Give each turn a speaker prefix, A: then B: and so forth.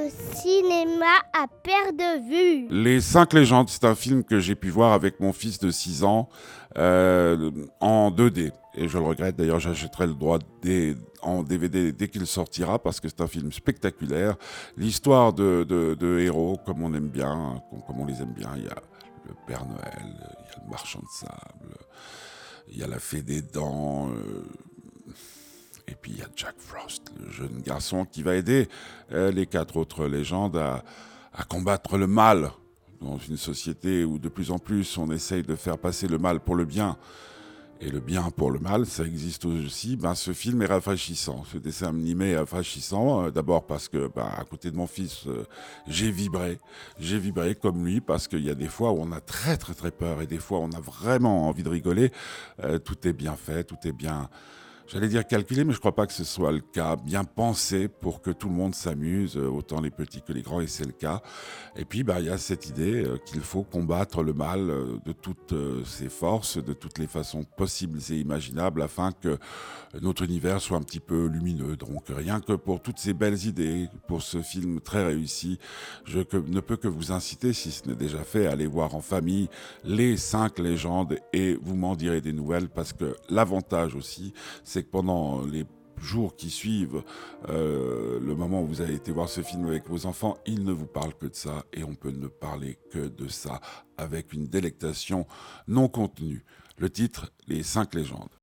A: au cinéma à perte de vue.
B: Les 5 légendes, c'est un film que j'ai pu voir avec mon fils de 6 ans en 2D. Et je le regrette, d'ailleurs j'achèterai le droit en DVD dès qu'il sortira parce que c'est un film spectaculaire. L'histoire de héros comme on aime bien, comme on les aime bien. Il y a le Père Noël, il y a le Marchand de Sable, il y a la Fée des Dents... et puis il y a Jack Frost, le jeune garçon qui va aider les 4 autres légendes à combattre le mal dans une société où de plus en plus on essaye de faire passer le mal pour le bien et le bien pour le mal, ça existe aussi. Ce film est rafraîchissant, ce dessin animé est rafraîchissant, d'abord parce que à côté de mon fils, j'ai vibré comme lui parce qu'il y a des fois où on a très très très peur et des fois on a vraiment envie de rigoler. Tout est bien fait, tout est bien... J'allais dire calculé, mais je ne crois pas que ce soit le cas. Bien pensé pour que tout le monde s'amuse, autant les petits que les grands, et c'est le cas. Et puis, il y a cette idée qu'il faut combattre le mal de toutes ses forces, de toutes les façons possibles et imaginables, afin que notre univers soit un petit peu lumineux. Donc, rien que pour toutes ces belles idées, pour ce film très réussi, ne peux que vous inciter, si ce n'est déjà fait, à aller voir en famille les 5 légendes et vous m'en direz des nouvelles, parce que l'avantage aussi, c'est que pendant les jours qui suivent le moment où vous avez été voir ce film avec vos enfants, il ne vous parle que de ça et on peut ne parler que de ça avec une délectation non contenue. Le titre, Les 5 légendes.